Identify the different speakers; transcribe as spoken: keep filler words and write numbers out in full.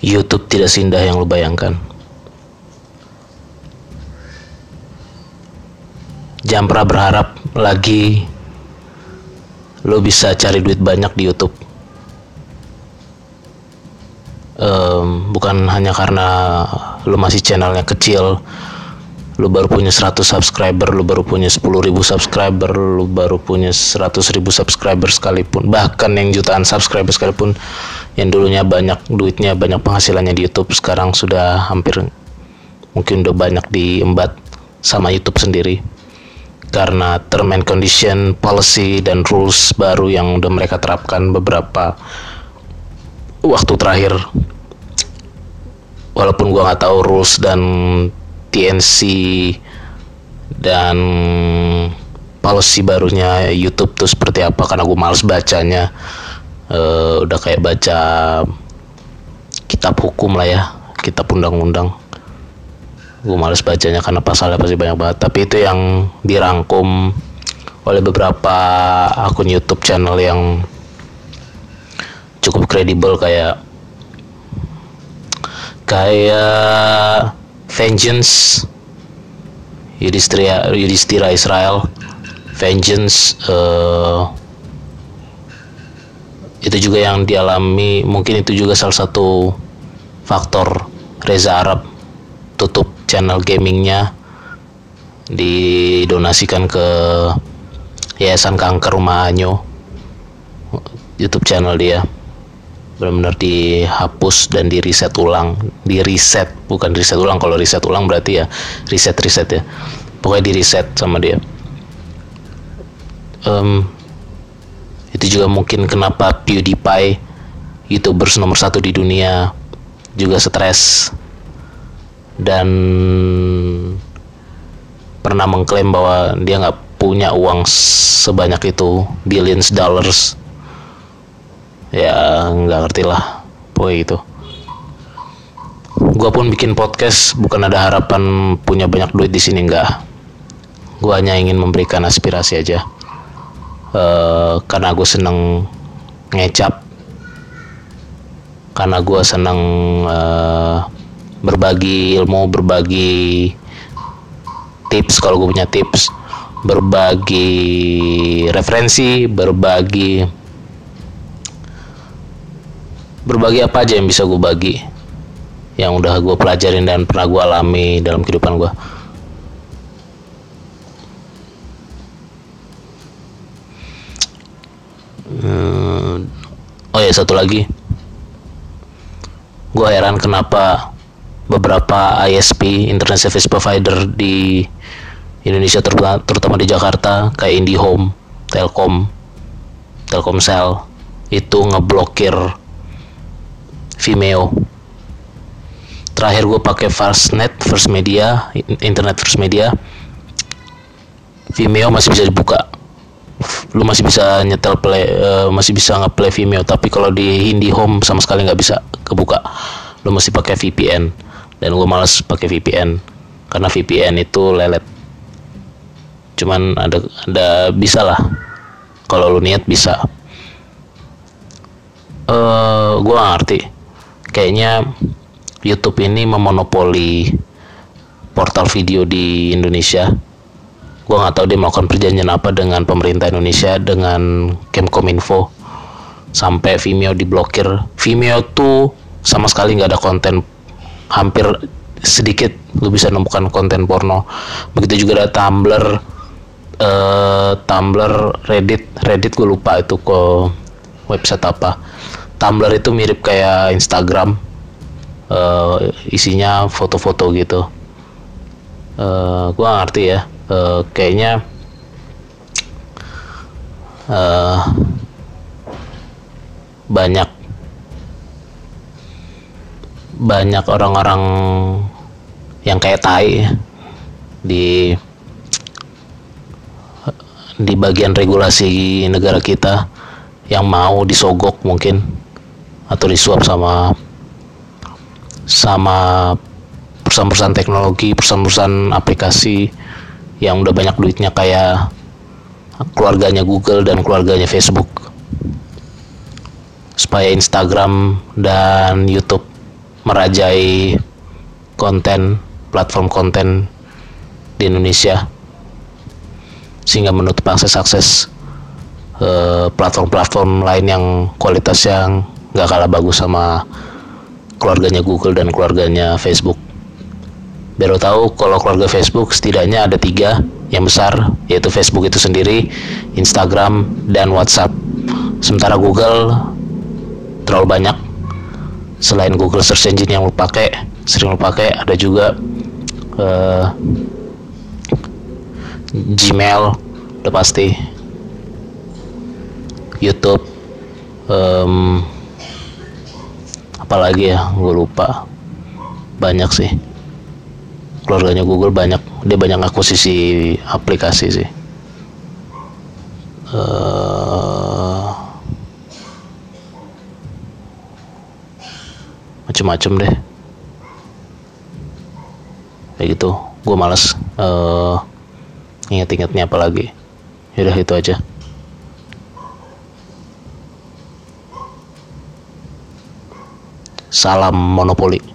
Speaker 1: YouTube tidak seindah yang lo bayangkan. Jangan pernah berharap lagi lo bisa cari duit banyak di YouTube. Um, bukan hanya karena lo masih channelnya kecil, lo baru punya seratus subscriber, lo baru punya sepuluh ribu subscriber, lo baru punya seratus ribu subscriber sekalipun, bahkan yang jutaan subscriber sekalipun, yang dulunya banyak duitnya, banyak penghasilannya di YouTube, sekarang sudah hampir mungkin udah banyak diembat sama YouTube sendiri karena term and condition, policy dan rules baru yang udah mereka terapkan beberapa waktu terakhir. Walaupun gua nggak tahu rules dan T N C dan policy barunya YouTube tuh seperti apa, karena gue males bacanya. Uh, udah kayak baca kitab hukum lah ya, kitab undang-undang. Gue males bacanya karena pasalnya pasti banyak banget. Tapi itu yang dirangkum oleh beberapa akun YouTube channel yang cukup kredibel, kayak kayak Vengeance, Yudhistira, Yudhistira Israel, Vengeance. Uh, itu juga yang dialami, mungkin itu juga salah satu faktor Reza Arab tutup channel gamingnya, didonasikan ke Yayasan Kanker Rumah Anyo. YouTube channel dia benar-benar dihapus dan di reset ulang, di reset bukan reset ulang. Kalau reset ulang berarti ya reset reset ya, pokoknya di reset sama dia. Um, itu juga mungkin kenapa PewDiePie, YouTubers nomor satu di dunia, juga stres dan pernah mengklaim bahwa dia nggak punya uang sebanyak itu, billions dollars. Ya nggak ngerti lah, pokoknya gitu. Gua pun bikin podcast bukan ada harapan punya banyak duit di sini, nggak. Gua hanya ingin memberikan aspirasi aja. Uh, karena gue seneng ngecap, karena gue seneng uh, berbagi ilmu, berbagi tips kalau gue punya tips, berbagi referensi, berbagi berbagi apa aja yang bisa gue bagi, yang udah gue pelajarin dan pernah gue alami dalam kehidupan gue. Hmm, oh ya, satu lagi, gue heran kenapa beberapa I S P, Internet Service Provider di Indonesia, terutama di Jakarta, kayak IndiHome, Telkom, Telkomsel, itu ngeblokir Vimeo. Terakhir gue pakai Fastnet, First Media, Internet First Media, Vimeo masih bisa dibuka. Lu masih bisa nyetel play, uh, masih bisa ngeplay Vimeo, tapi kalau di IndiHome sama sekali nggak bisa kebuka. Lu mesti pakai V P N, dan gue malas pakai V P N karena V P N itu lelet. Cuman ada ada bisa lah, kalau lu niat bisa. Uh, gue gak ngerti, kayaknya YouTube ini memonopoli portal video di Indonesia. Gue nggak tahu dia melakukan perjanjian apa dengan pemerintah Indonesia, dengan Kemkominfo, sampai Vimeo diblokir. Vimeo tuh sama sekali nggak ada konten, hampir sedikit lu bisa nemukan konten porno. Begitu juga ada Tumblr, uh, Tumblr, Reddit, Reddit gue lupa itu ke website apa. Tumblr itu mirip kayak Instagram, uh, isinya foto-foto gitu. Uh, gue nggak ngerti ya. Uh, kayaknya uh, banyak banyak orang-orang yang kayak tai di di bagian regulasi negara kita, yang mau disogok mungkin atau disuap sama sama perusahaan-perusahaan teknologi, perusahaan-perusahaan aplikasi yang udah banyak duitnya, kayak keluarganya Google dan keluarganya Facebook, supaya Instagram dan YouTube merajai konten, platform konten di Indonesia, sehingga menutup akses-akses uh, platform-platform lain yang kualitas yang gak kalah bagus sama keluarganya Google dan keluarganya Facebook. Baru tahu kalau keluarga Facebook setidaknya ada tiga yang besar, yaitu Facebook itu sendiri, Instagram, dan WhatsApp. Sementara Google terlalu banyak. Selain Google Search Engine yang lu pakai, sering lu pakai, ada juga uh, Gmail, udah pasti, YouTube, um, apalagi ya, gue lupa. Banyak sih. Keluarganya Google banyak, dia banyak akuisisi aplikasi sih. Uh, macem-macem deh. Kayak gitu. Gue malas uh, ingat-ingatnya apa lagi. Yaudah itu aja. Salam monopoli.